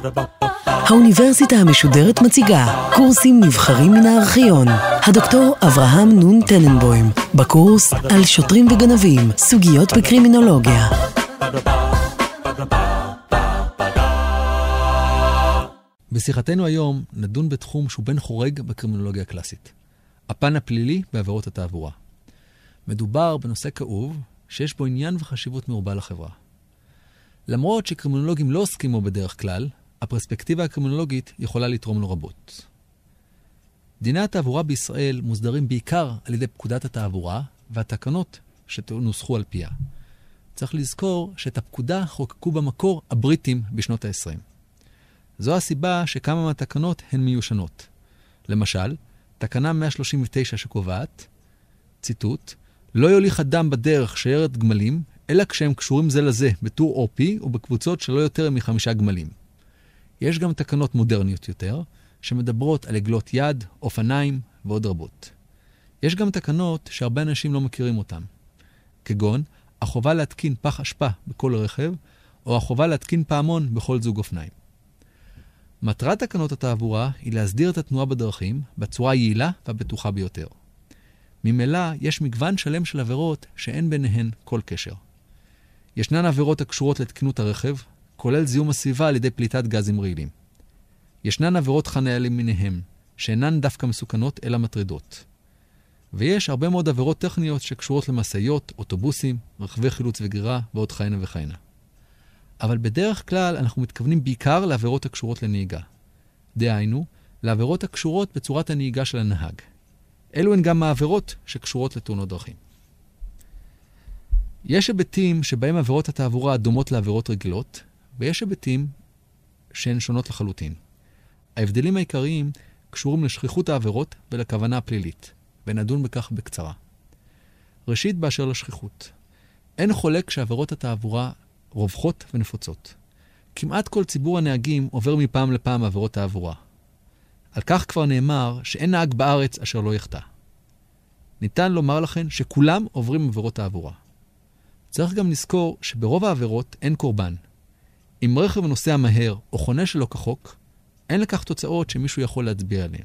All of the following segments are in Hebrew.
האוניברסיטה המשודרת מציגה קורסים נבחרים מן הארכיון. הדוקטור אברהם נון טננבוים, בקורס על שוטרים וגנבים, סוגיות בקרימינולוגיה. בשיחתנו היום נדון בתחום שהוא בן חורג בקרימינולוגיה הקלאסית. הפן הפלילי בעבירות התעבורה. מדובר בנושא כאוב שיש בו עניין וחשיבות מרובה לחברה. למרות שקרימינולוגים לא עוסקים בו בדרך כלל, הפרספקטיבה הקרימינולוגית יכולה לתרום לו רבות. דיני התעבורה בישראל מוסדרים בעיקר על ידי פקודת התעבורה והתקנות שנוסחו על פיה. צריך לזכור שאת הפקודה חוקקו במקור הבריטים בשנות ה-20. זו הסיבה שכמה מהתקנות הן מיושנות. למשל, תקנה 139 שקובעת, ציטוט, לא יוליך אדם בדרך שיירת גמלים, אלא כשהם קשורים זה לזה בטור אופי ובקבוצות שלא יותר מ5 גמלים. יש גם תקנות מודרניות יותר, שמדברות על עגלות יד, אופניים ועוד רבות. יש גם תקנות שהרבה אנשים לא מכירים אותן, כגון החובה להתקין פח אשפה בכל רכב, או החובה להתקין פעמון בכל זוג אופניים. מטרת תקנות התעבורה היא להסדיר את התנועה בדרכים בצורה היעילה והבטוחה ביותר. ממילא יש מגוון שלם של עבירות שאין ביניהן כל קשר. ישנן עבירות הקשורות לתקינות הרכב, כולל זיהום הסביבה על ידי פליטת גזים רעילים. ישנן עבירות חניה למיניהם, שאינן דווקא מסוכנות אלא מטרידות. ויש הרבה מאוד עבירות טכניות שקשורות למשאיות, אוטובוסים, רכבי חילוץ וגרירה ועוד כהנה וכהנה. אבל בדרך כלל אנחנו מתכוונים בעיקר לעבירות הקשורות לנהיגה. דהיינו, לעבירות הקשורות בצורת הנהיגה של הנהג. אלו הן גם העבירות שקשורות לתאונות דרכים. יש היבטים שבהם עבירות התעבורה דומות לעבירות רגילות, ויש היבטים שהן שונות לחלוטין. ההבדלים העיקריים קשורים לשכיחות העבירות ולכוונה הפלילית, ונדון בכך בקצרה. ראשית, באשר לשכיחות. אין חולק שעבירות התעבורה רווחות ונפוצות. כמעט כל ציבור הנהגים עובר מפעם לפעם עבירות תעבורה. על כך כבר נאמר שאין נהג בארץ אשר לא יחטא. ניתן לומר לכם שכולם עוברים עבירות תעבורה. צריך גם לזכור שברוב העבירות אין קורבן. אם רכב נוסע מהר או חונה שלא כחוק, אין לכך תוצאות שמישהו יכול להצביע עליהן.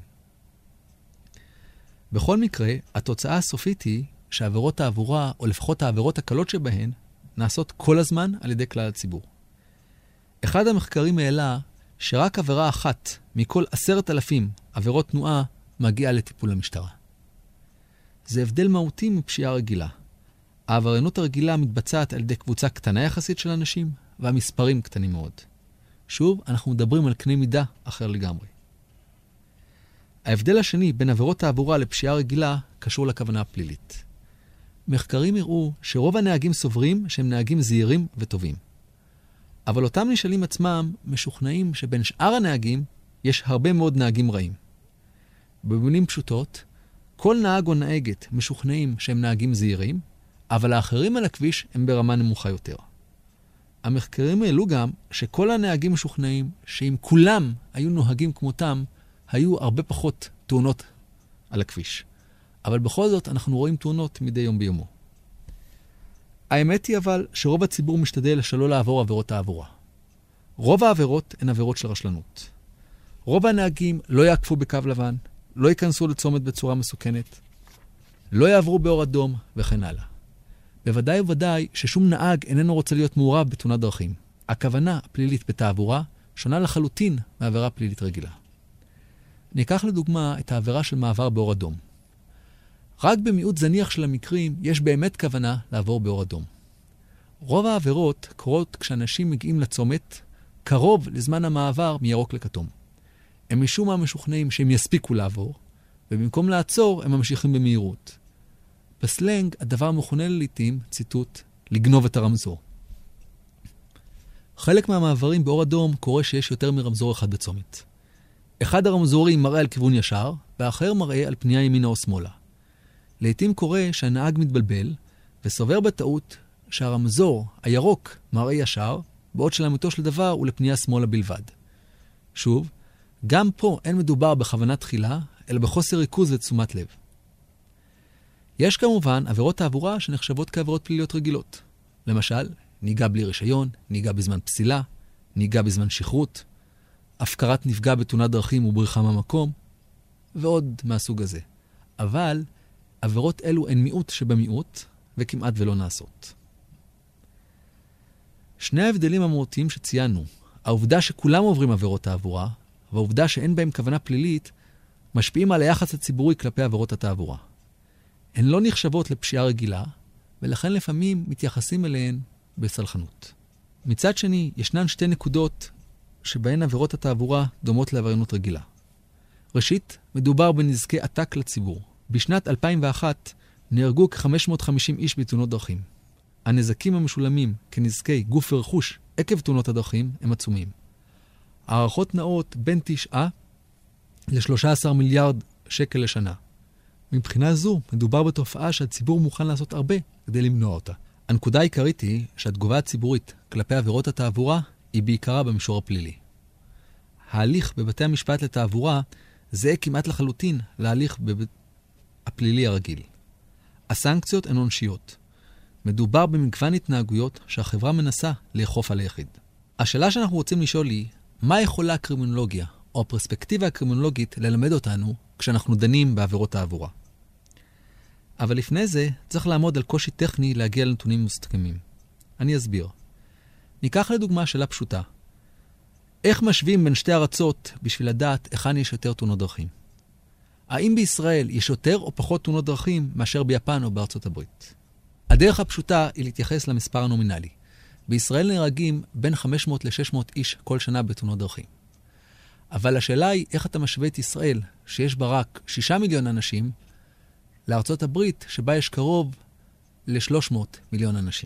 בכל מקרה, התוצאה הסופית היא שעבירות תעבורה, או לפחות העבירות הקלות שבהן, נעשות כל הזמן על ידי כלל הציבור. אחד המחקרים העלה שרק עבירה אחת מכל 10,000 עבירות תנועה מגיעה לטיפול המשטרה. זה הבדל מהותי מפשיעה רגילה. העבריינות הרגילה מתבצעת על ידי קבוצה קטנה יחסית של אנשים, והמספרים קטנים מאוד. שוב, אנחנו מדברים על קנה מידה אחר לגמרי. ההבדל השני בין עבירות תעבורה לפשיעה רגילה קשור לכוונה הפלילית. מחקרים הראו שרוב הנהגים סוברים שהם נהגים זהירים וטובים. אבל אותם נשאלים עצמם משוכנעים שבין שאר הנהגים יש הרבה מאוד נהגים רעים. במילים פשוטות, כל נהג או נהגת משוכנעים שהם נהגים זהירים, אבל האחרים על הכביש הם ברמה נמוכה יותר. המחקרים העלו גם שכל הנהגים משוכנעים שאם כולם היו נוהגים כמותם, היו הרבה פחות תאונות על הכביש. אבל בכל זאת אנחנו רואים תאונות מדי יום ביומו. האמת היא אבל שרוב הציבור משתדל שלא לעבור עבירות תעבורה. רוב העבירות הן עבירות של רשלנות. רוב הנהגים לא יעקפו בקו לבן, לא ייכנסו לצומת בצורה מסוכנת, לא יעברו באור אדום וכן הלאה. בוודאי ובוודאי ששום נהג איננו רוצה להיות מעורב בתאונת דרכים. הכוונה הפלילית בתעבורה שונה לחלוטין מעבירה פלילית רגילה. ניקח לדוגמה את העבירה של מעבר באור אדום. רק במיעוט זניח של המקרים יש באמת כוונה לעבור באור אדום. רוב העבירות קורות כשאנשים מגיעים לצומת קרוב לזמן המעבר מירוק לכתום. הם משום מה משוכנעים שהם יספיקו לעבור, ובמקום לעצור הם ממשיכים במהירות. בסלנג הדבר מכונה לעתים, ציטוט, לגנוב את הרמזור. חלק מהמעברים באור אדום קורה שיש יותר מרמזור אחד בצומת. אחד הרמזורים מראה על כיוון ישר, והאחר מראה על פנייה ימינה או שמאלה. לעתים קורה שהנהג מתבלבל, וסובר בטעות שהרמזור, הירוק, מראה ישר, בעוד שלאמיתו של דבר הוא לפנייה שמאלה בלבד. שוב, גם פה אין מדובר בכוונה תחילה, אלא בחוסר ריכוז ותשומת לב. יש כמובן עבירות תעבורה שנחשבות כעבירות פליליות רגילות. למשל, נהיגה בלי רישיון, נהיגה בזמן פסילה, נהיגה בזמן שכרות. הפקרת נפגע בתאונת דרכים ובריחה מהמקום, ועוד מהסוג הזה. אבל עבירות אלו הן מיעוט שבמיעוט, וכמעט ולא נעשות. שני ההבדלים המהותיים שציינו, העובדה שכולם עוברים עבירות תעבורה, והעובדה שאין בהם כוונה פלילית, משפיעים על היחס הציבורי כלפי עבירות התעבורה. הן לא נחשבות לפשיעה רגילה, ולכן לפעמים מתייחסים אליהן בסלחנות. מצד שני, ישנן שתי נקודות שבהן עבירות התעבורה דומות לעבריינות רגילה. ראשית, מדובר בנזקי עתק לציבור. בשנת 2001 נהרגו כ-550 איש בתאונות דרכים. הנזקים המשולמים כנזקי גוף ורכוש עקב תאונות הדרכים הם עצומים. הערכות נעות בין 9 ל-13 מיליארד שקל לשנה. מבחינה זו, מדובר בתופעה שהציבור מוכן לעשות הרבה כדי למנוע אותה. הנקודה העיקרית היא שהתגובה הציבורית כלפי עבירות התעבורה היא בעיקרה במישור הפלילי. ההליך בבתי המשפט לתעבורה זהה כמעט לחלוטין להליך הפלילי הרגיל. הסנקציות הן עונשיות. מדובר במגוון התנהגויות שהחברה מנסה לאכוף על היחיד. השאלה שאנחנו רוצים לשאול היא, מה יכולה הקרימינולוגיה או הפרספקטיבה הקרימינולוגית ללמד אותנו כשאנחנו דנים בעבירות תעבורה? אבל לפני זה צריך לעמוד על קושי טכני להגיע לנתונים מוסכמים. אני אסביר. ניקח לדוגמה שאלה פשוטה. איך משווים בין שתי ארצות בשביל לדעת היכן יש יותר תאונות דרכים? האם בישראל יש יותר או פחות תאונות דרכים מאשר ביפן או בארצות הברית? הדרך הפשוטה היא להתייחס למספר הנומינלי. בישראל נהרגים בין 500 ל-600 איש כל שנה בתאונות דרכים. אבל השאלה היא איך אתה משווה את ישראל, שיש בה רק 6 מיליון אנשים, לארצות הברית שבה יש קרוב ל-300 מיליון אנשים.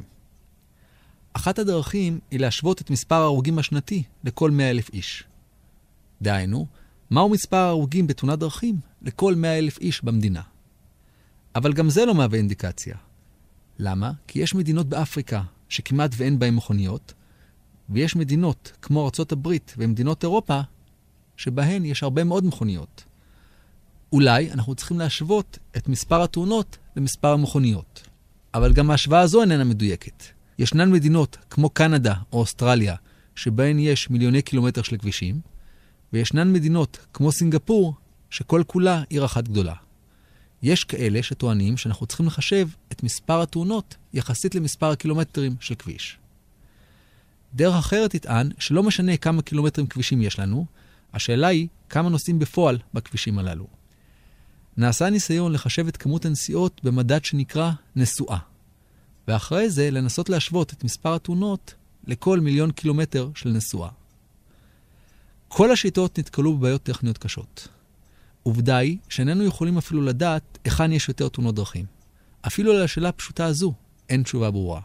אחת הדרכים היא להשוות את מספר ההרוגים השנתי לכל 100,000 איש. דהיינו, מהו מספר ההרוגים בתאונת דרכים לכל 100,000 איש במדינה? אבל גם זה לא מהווה אינדיקציה. למה? כי יש מדינות באפריקה שכמעט ואין בהן מכוניות, ויש מדינות כמו ארצות הברית ומדינות אירופה שבהן יש הרבה מאוד מכוניות. אולי אנחנו צריכים להשוות את מספר התאונות למספר המכוניות. אבל גם ההשוואה הזו איננה מדויקת. ישנן מדינות כמו קנדה או אוסטרליה שבהן יש מיליוני קילומטר של כבישים, וישנן מדינות כמו סינגפור שכל כולה עיר אחת גדולה. יש כאלה שטוענים שאנחנו צריכים לחשב את מספר התאונות יחסית למספר הקילומטרים של כביש. דרך אחרת תטען שלא משנה כמה קילומטרים כבישים יש לנו, השאלה היא כמה נוסעים בפועל בכבישים הללו. נעשה ניסיון לחשב את כמות הנסיעות במדד שנקרא נסועה, ואחרי זה לנסות להשוות את מספר התאונות לכל 1,000,000 קילומטר של נסועה. כל השיטות נתקלו בבעיות טכניות קשות. עובדה היא שאיננו יכולים אפילו לדעת היכן יש יותר תאונות דרכים. אפילו על השאלה הפשוטה הזו אין תשובה ברורה.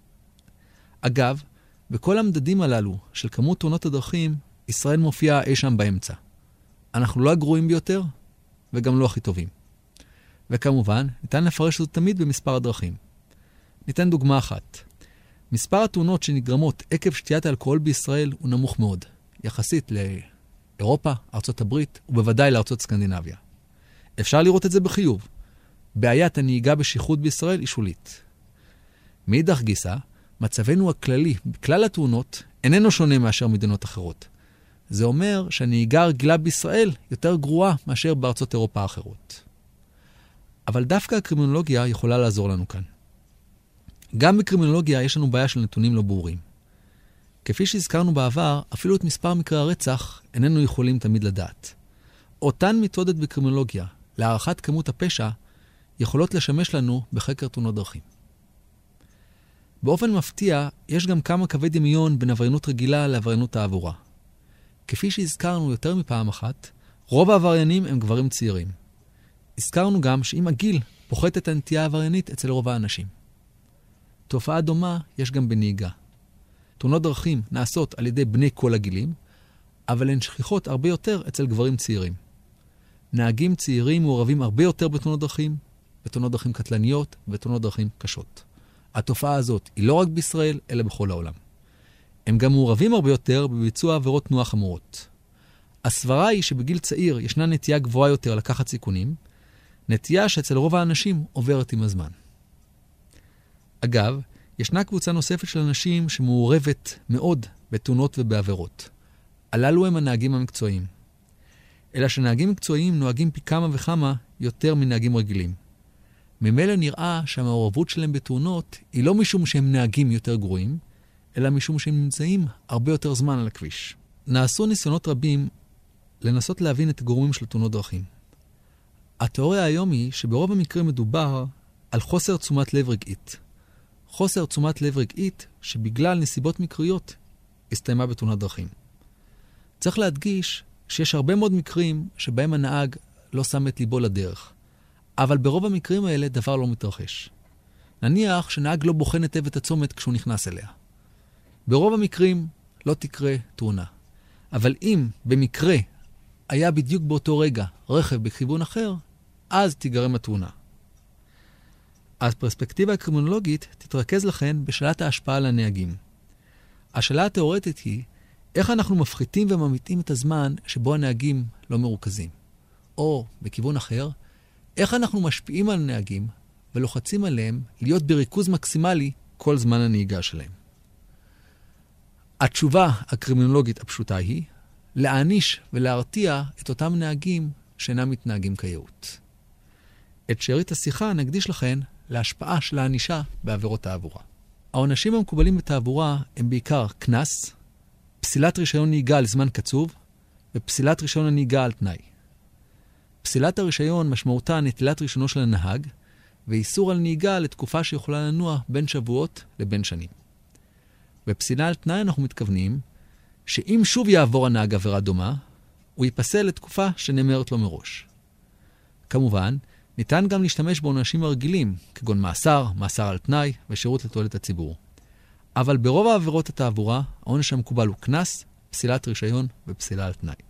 אגב, בכל המדדים הללו של כמות תאונות הדרכים, ישראל מופיעה אי שם באמצע. אנחנו לא הגרועים ביותר וגם לא הכי טובים. וכמובן, ניתן לפרש זאת תמיד במספר הדרכים. ניתן דוגמה אחת. מספר התאונות שנגרמות עקב שתיית האלכוהול בישראל הוא נמוך מאוד, יחסית לאירופה, ארצות הברית ובוודאי לארצות סקנדינביה. אפשר לראות את זה בחיוב. בעיית הנהיגה בשכרות בישראל היא שולית. מאידך גיסא, מצבנו הכללי בכלל התאונות איננו שונה מאשר מדינות אחרות. זה אומר שהנהיגה הרגילה בישראל יותר גרועה מאשר בארצות אירופה האחרות. אבל דווקא הקרימינולוגיה יכולה לעזור לנו כאן. גם בקרימינולוגיה יש לנו בעיה של נתונים לא ברורים. כפי שהזכרנו בעבר, אפילו את מספר מקרי הרצח איננו יכולים תמיד לדעת. אותן מתודות בקרימינולוגיה, להערכת כמות הפשע, יכולות לשמש לנו בחקר תאונות דרכים. באופן מפתיע, יש גם כמה קווי דמיון בין עבריינות רגילה לעבריינות תעבורה. כפי שהזכרנו יותר מפעם אחת, רוב העבריינים הם גברים צעירים. הזכרנו גם שעם הגיל פוחת את הנטייה העבריינית אצל רוב האנשים. תופעה דומה יש גם בנהיגה. תאונות דרכים נעשות על ידי בני כל הגילים, אבל הן שכיחות הרבה יותר אצל גברים צעירים. נהגים צעירים מעורבים הרבה יותר בתאונות דרכים, בתאונות דרכים קטלניות ובתאונות דרכים קשות. התופעה הזאת היא לא רק בישראל, אלא בכל העולם. הם גם מעורבים הרבה יותר בביצוע עבירות תנועה חמורות. הסברה היא שבגיל צעיר ישנה נטייה גבוהה יותר לקחת סיכונים, נטייה שאצל רוב האנשים עוברת עם הזמן. אגב, ישנה קבוצה נוספת של אנשים שמעורבת מאוד בתאונות ובעבירות. הללו הם הנהגים המקצועיים. אלא שנהגים מקצועיים נוהגים פי כמה וכמה יותר מנהגים רגילים. ממילא נראה שהמעורבות שלהם בתאונות היא לא משום שהם נהגים יותר גרועים, אלא משום שהם נמצאים הרבה יותר זמן על הכביש. נעשו ניסיונות רבים לנסות להבין את הגורמים של תאונות דרכים. התיאוריה היום היא שברוב המקרים מדובר על חוסר תשומת לב רגעית. חוסר תשומת לב רגעית שבגלל נסיבות מקריות הסתיימה בתאונת דרכים. צריך להדגיש שיש הרבה מאוד מקרים שבהם הנהג לא שם את ליבו לדרך. אבל ברוב המקרים האלה דבר לא מתרחש. נניח שנהג לא בוחן היטב את הצומת כשהוא נכנס אליה. ברוב המקרים לא תקרה תאונה. אבל אם במקרה היה בדיוק באותו רגע רכב בכיוון אחר, אז תיגרם התאונה. הפרספקטיבה הקרימינולוגית תתרכז לכן בשאלת ההשפעה על הנהגים. השאלה התיאורטית היא, איך אנחנו מפחיתים וממיתים את הזמן שבו הנהגים לא מרוכזים? או, בכיוון אחר, איך אנחנו משפיעים על הנהגים ולוחצים עליהם להיות בריכוז מקסימלי כל זמן הנהיגה שלהם? התשובה הקרימינולוגית הפשוטה היא, להעניש ולהרתיע את אותם נהגים שאינם מתנהגים כיאות. את שארית השיחה נקדיש לכן להשפעה של הענישה בעבירות תעבורה. העונשים המקובלים בתעבורה הם בעיקר קנס, פסילת רישיון נהיגה על זמן קצוב ופסילת רישיון הנהיגה על תנאי. פסילת הרישיון משמעותה נטילת רישיונו של הנהג ואיסור על נהיגה לתקופה שיכולה לנוע בין שבועות לבין שנים. בפסילה על תנאי אנחנו מתכוונים שאם שוב יעבור הנהג עבירה דומה, הוא ייפסל לתקופה שנאמרת לו מראש. כמובן, ניתן גם להשתמש בעונשים הרגילים, כגון מאסר, מאסר על תנאי ושירות לתועלת הציבור. אבל ברוב העבירות התעבורה, העונש המקובל הוא קנס, פסילת רישיון ופסילה על תנאי.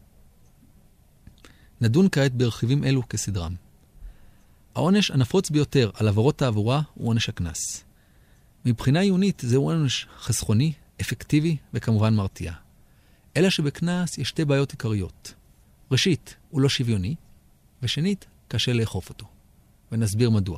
נדון כעת ברכיבים אלו כסדרם. העונש הנפוץ ביותר על עבירות תעבורה הוא עונש הקנס. מבחינה עיונית זהו עונש חסכוני, אפקטיבי וכמובן מרתיע. אלא שבקנס יש שתי בעיות עיקריות. ראשית, הוא לא שוויוני, ושנית, קשה לאכוף אותו. ונסביר מדוע.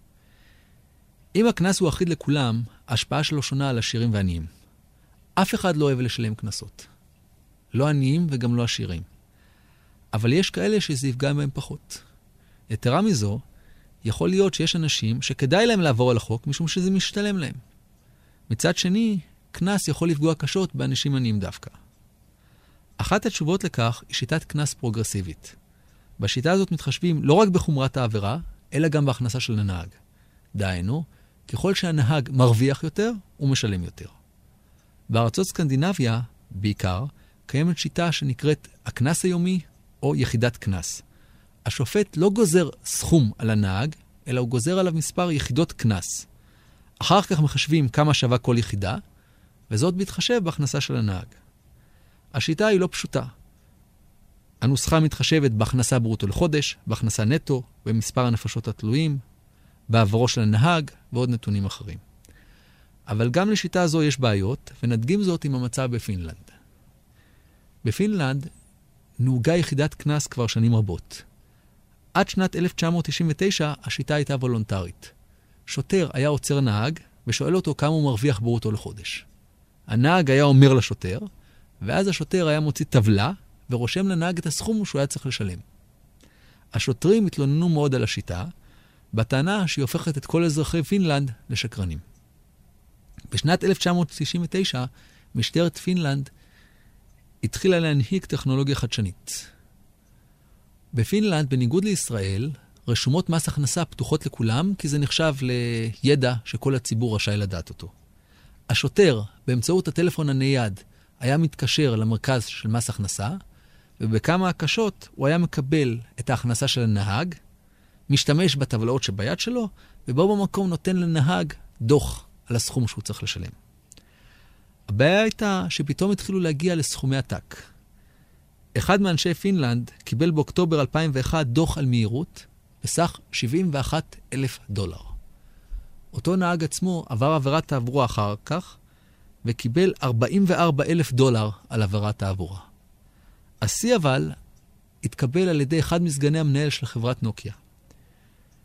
אם הקנס הוא אחיד לכולם, ההשפעה שלו שונה על עשירים ועניים. אף אחד לא אוהב לשלם קנסות. לא עניים וגם לא עשירים. אבל יש כאלה שזה יפגע בהם פחות. יתרה מזו, יכול להיות שיש אנשים שכדאי להם לעבור על החוק משום שזה משתלם להם. מצד שני, קנס יכול לפגוע קשות באנשים עניים דווקא. אחת התשובות לכך היא שיטת קנס פרוגרסיבית. בשיטה הזאת מתחשבים לא רק בחומרת העבירה, אלא גם בהכנסה של הנהג. דהיינו, ככל שהנהג מרוויח יותר, הוא משלם יותר. בארצות סקנדינביה, בעיקר, קיימת שיטה שנקראת הקנס היומי או יחידת קנס. השופט לא גוזר סכום על הנהג, אלא הוא גוזר עליו מספר יחידות קנס. אחר כך מחשבים כמה שווה כל יחידה, וזאת בהתחשב בהכנסה של הנהג. השיטה היא לא פשוטה. הנוסחה מתחשבת בהכנסה ברוטו לחודש, בהכנסה נטו, במספר הנפשות התלויים, בעברו של הנהג ועוד נתונים אחרים. אבל גם לשיטה זו יש בעיות, ונדגים זאת עם המצב בפינלנד. בפינלנד נהוגה יחידת קנס כבר שנים רבות. עד שנת 1999 השיטה הייתה וולונטרית. שוטר היה עוצר נהג ושואל אותו כמה הוא מרוויח ברוטו לחודש. הנהג היה אומר לשוטר, ואז השוטר היה מוציא טבלה ורושם לנהג את הסכום שהוא היה צריך לשלם. השוטרים התלוננו מאוד על השיטה, בטענה שהיא הופכת את כל אזרחי פינלנד לשקרנים. בשנת 1999 משטרת פינלנד התחילה להנהיג טכנולוגיה חדשנית. בפינלנד, בניגוד לישראל, רשומות מס הכנסה פתוחות לכולם, כי זה נחשב לידע שכל הציבור רשאי לדעת אותו. השוטר, באמצעות הטלפון הנייד, היה מתקשר למרכז של מס הכנסה, ובכמה הקשות הוא היה מקבל את ההכנסה של הנהג, משתמש בטבלאות שביד שלו, ובו במקום נותן לנהג דוח על הסכום שהוא צריך לשלם. הבעיה הייתה שפתאום התחילו להגיע לסכומי עתק. אחד מאנשי פינלנד קיבל באוקטובר 2001 דוח על מהירות בסך $71,000. אותו נהג עצמו עבר עבירת תעבורה אחר כך, וקיבל $44,000 על עבירת תעבורה. השיא אבל התקבל על ידי אחד מסגני המנהל של חברת נוקיה.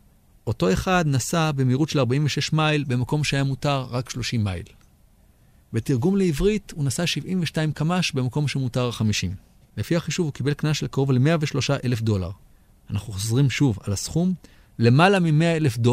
אותו אחד נסע במהירות של 46 מייל במקום שהיה מותר רק 30 מייל. בתרגום לעברית הוא נסע 72 קמ"ש במקום שמותר 50. לפי החישוב הוא קיבל קנס של קרוב ל$103,000. אנחנו חוזרים שוב על הסכום, למעלה מ$100,000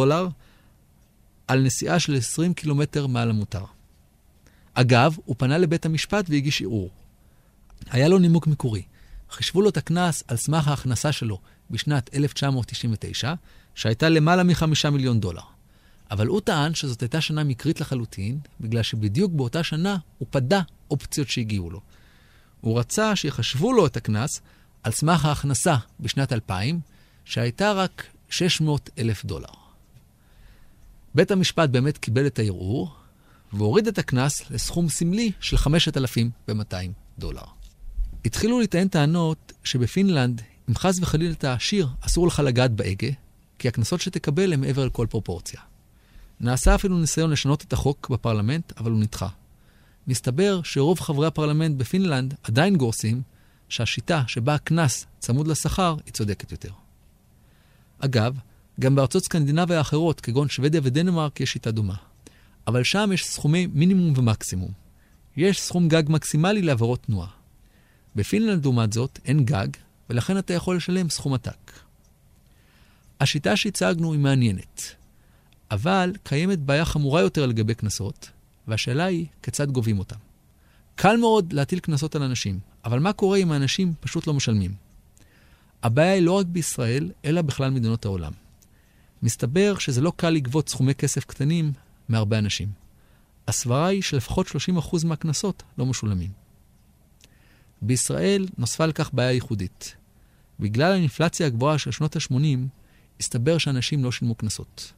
על נסיעה של 20 קילומטר מעל המותר. אגב, הוא פנה לבית המשפט והגיש ערעור. היה לו נימוק מקורי. חישבו לו את הקנס על סמך ההכנסה שלו בשנת 1999, שהייתה למעלה מ$5 מיליון. אבל הוא טען שזאת הייתה שנה מקרית לחלוטין, בגלל שבדיוק באותה שנה הוא פדה אופציות שהגיעו לו. הוא רצה שיחשבו לו את הקנס על סמך ההכנסה בשנת 2000, שהייתה רק $600,000. בית המשפט באמת קיבל את הערעור, והוריד את הקנס לסכום סמלי של $5,200. התחילו לטען טענות שבפינלנד, אם חס וחלילה אתה עשיר, אסור לך לגעת בהגה, כי הקנסות שתקבל הם מעבר לכל פרופורציה. נעשה אפילו ניסיון לשנות את החוק בפרלמנט, אבל הוא נדחה. מסתבר שרוב חברי הפרלמנט בפינלנד עדיין גורסים שהשיטה שבה הקנס צמוד לשכר היא צודקת יותר. אגב, גם בארצות סקנדינביה האחרות, כגון שוודיה ודנמרק, יש שיטה דומה. אבל שם יש סכומי מינימום ומקסימום. יש סכום גג מקסימלי לעבירות תנועה. בפינלנד לעומת זאת אין גג, ולכן אתה יכול לשלם סכום עתק. השיטה שהצגנו היא מעניינת, אבל קיימת בעיה חמורה יותר לגבי קנסות, והשאלה היא כיצד גובים אותם. קל מאוד להטיל קנסות על אנשים, אבל מה קורה אם האנשים פשוט לא משלמים? הבעיה היא לא רק בישראל, אלא בכלל מדינות העולם. מסתבר שזה לא קל לגבות סכומי כסף קטנים מהרבה אנשים. הסברה היא שלפחות 30% מהקנסות לא משולמים. בישראל נוספה לכך בעיה ייחודית. בגלל האינפלציה הגבוהה של שנות ה-80, הסתבר שאנשים לא שילמו קנסות.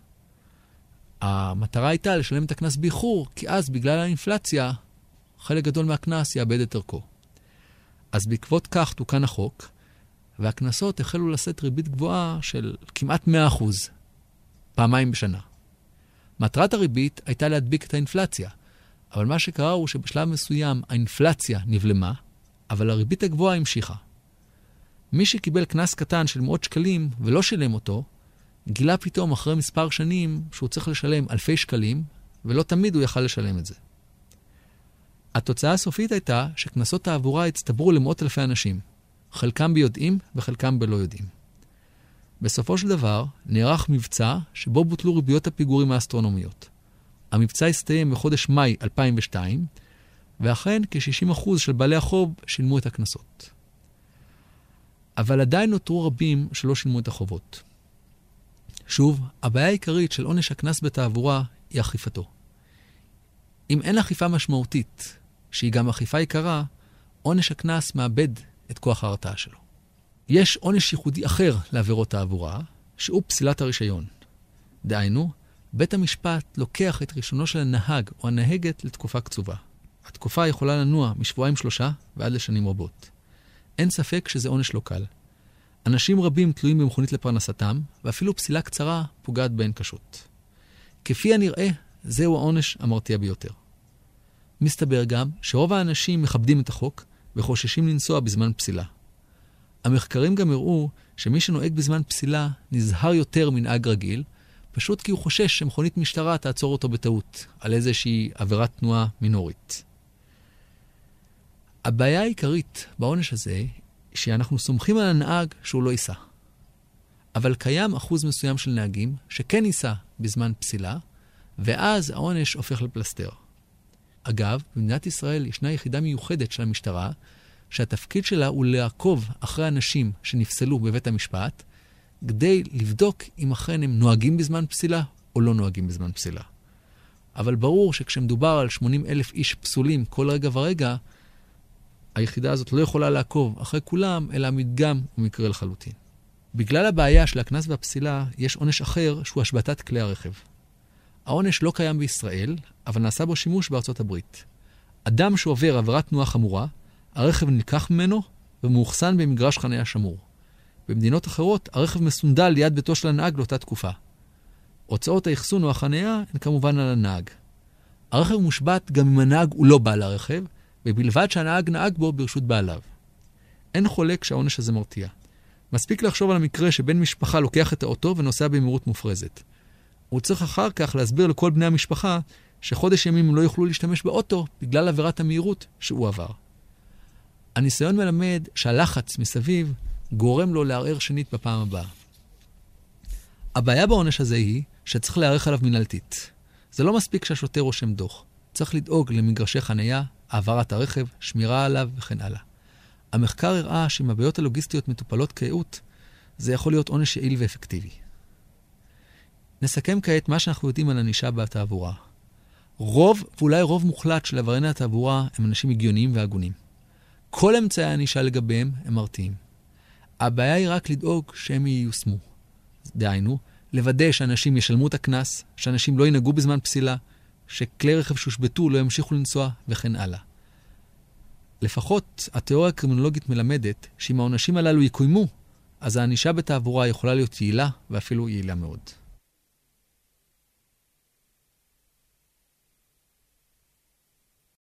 המטרה הייתה לשלם את הקנס באיחור, כי אז בגלל האינפלציה, חלק גדול מהקנס יאבד את ערכו. אז בעקבות כך תוקן החוק, והקנסות החלו לשאת ריבית גבוהה של כמעט 100%, פעמיים בשנה. מטרת הריבית הייתה להדביק את האינפלציה, אבל מה שקרה הוא שבשלב מסוים האינפלציה נבלמה, אבל הריבית הגבוהה המשיכה. מי שקיבל קנס קטן של מאות שקלים ולא שילם אותו, גילה פתאום אחרי מספר שנים שהוא צריך לשלם אלפי שקלים, ולא תמיד הוא יכל לשלם את זה. התוצאה הסופית הייתה שקנסות תעבורה הצטברו למאות אלפי אנשים, חלקם ביודעים וחלקם בלא יודעים. בסופו של דבר נערך מבצע שבו בוטלו ריביות הפיגורים האסטרונומיות. המבצע הסתיים בחודש מאי 2002, ואכן כ-60% של בעלי החוב שילמו את הקנסות. אבל עדיין נותרו רבים שלא שילמו את החובות. שוב, הבעיה העיקרית של עונש הקנס בתעבורה היא אכיפתו. אם אין אכיפה משמעותית, שהיא גם אכיפה יקרה, עונש הקנס מאבד את כוח ההרתעה שלו. יש עונש ייחודי אחר לעבירות תעבורה, שהוא פסילת הרישיון. דהיינו, בית המשפט לוקח את רישיונו של הנהג או הנהגת לתקופה קצובה. התקופה יכולה לנוע מ2-3 ועד לשנים רבות. אין ספק שזה עונש לא קל. אנשים רבים תלויים במכונית לפרנסתם, ואפילו פסילה קצרה פוגעת בהן קשות. כפי הנראה, זהו העונש המרתיע ביותר. מסתבר גם שרוב האנשים מכבדים את החוק וחוששים לנסוע בזמן פסילה. המחקרים גם הראו שמי שנוהג בזמן פסילה נזהר יותר מנהג רגיל, פשוט כי הוא חושש שמכונית משטרה תעצור אותו בטעות, על איזושהי עבירת תנועה מינורית. הבעיה העיקרית בעונש הזה, שאנחנו סומכים על הנהג שהוא לא ייסע. אבל קיים אחוז מסוים של נהגים שכן ייסע בזמן פסילה, ואז העונש הופך לפלסטר. אגב, במדינת ישראל ישנה יחידה מיוחדת של המשטרה, שהתפקיד שלה הוא לעקוב אחרי אנשים שנפסלו בבית המשפט, כדי לבדוק אם אכן הם נוהגים בזמן פסילה או לא נוהגים בזמן פסילה. אבל ברור שכשמדובר על 80,000 איש פסולים כל רגע ורגע, היחידה הזאת לא יכולה לעקוב אחרי כולם, אלא מדגם ומקרה לחלוטין. בגלל הבעיה של הקנס והפסילה, יש עונש אחר שהוא השבתת כלי הרכב. העונש לא קיים בישראל, אבל נעשה בו שימוש בארצות הברית. אדם שעובר עבירת תנועה חמורה, הרכב נלקח ממנו ומאוחסן במגרש חניה שמור. במדינות אחרות, הרכב מסונדל ליד ביתו של הנהג לאותה תקופה. הוצאות האחסון או החניה הן כמובן על הנהג. הרכב מושבת גם אם הנהג הוא לא בעל הרכב, ובלבד שהנהג נהג בו ברשות בעליו. אין חולק שהעונש הזה מרתיע. מספיק לחשוב על המקרה שבן משפחה לוקח את האוטו ונוסע במהירות מופרזת. הוא צריך אחר כך להסביר לכל בני המשפחה שחודש ימים הם לא יוכלו להשתמש באוטו בגלל עבירת המהירות שהוא עבר. הניסיון מלמד שהלחץ מסביב גורם לו לערער שנית בפעם הבאה. הבעיה בעונש הזה היא שצריך לערך עליו מנהלתית. זה לא מספיק שהשוטר רושם דוח. צריך לדאוג למגרשי חנייה, העברת הרכב, שמירה עליו וכן הלאה. המחקר הראה שאם הבעיות הלוגיסטיות מטופלות כיאות, זה יכול להיות עונש יעיל ואפקטיבי. נסכם כעת מה שאנחנו יודעים על ענישה בתעבורה. רוב, ואולי רוב מוחלט של עברייני התעבורה הם אנשים הגיוניים והגונים. כל אמצעי הענישה לגביהם הם מרתיעים. הבעיה היא רק לדאוג שהם ייושמו. דהיינו, לוודא שאנשים ישלמו את הכנס, שאנשים לא ינהגו בזמן פסילה, שכלי רכב שהושבתו לא ימשיכו לנסוע וכן הלאה. לפחות התיאוריה הקרימינולוגית מלמדת שאם העונשים הללו יקוימו, אז הענישה בתעבורה יכולה להיות יעילה ואפילו יעילה מאוד.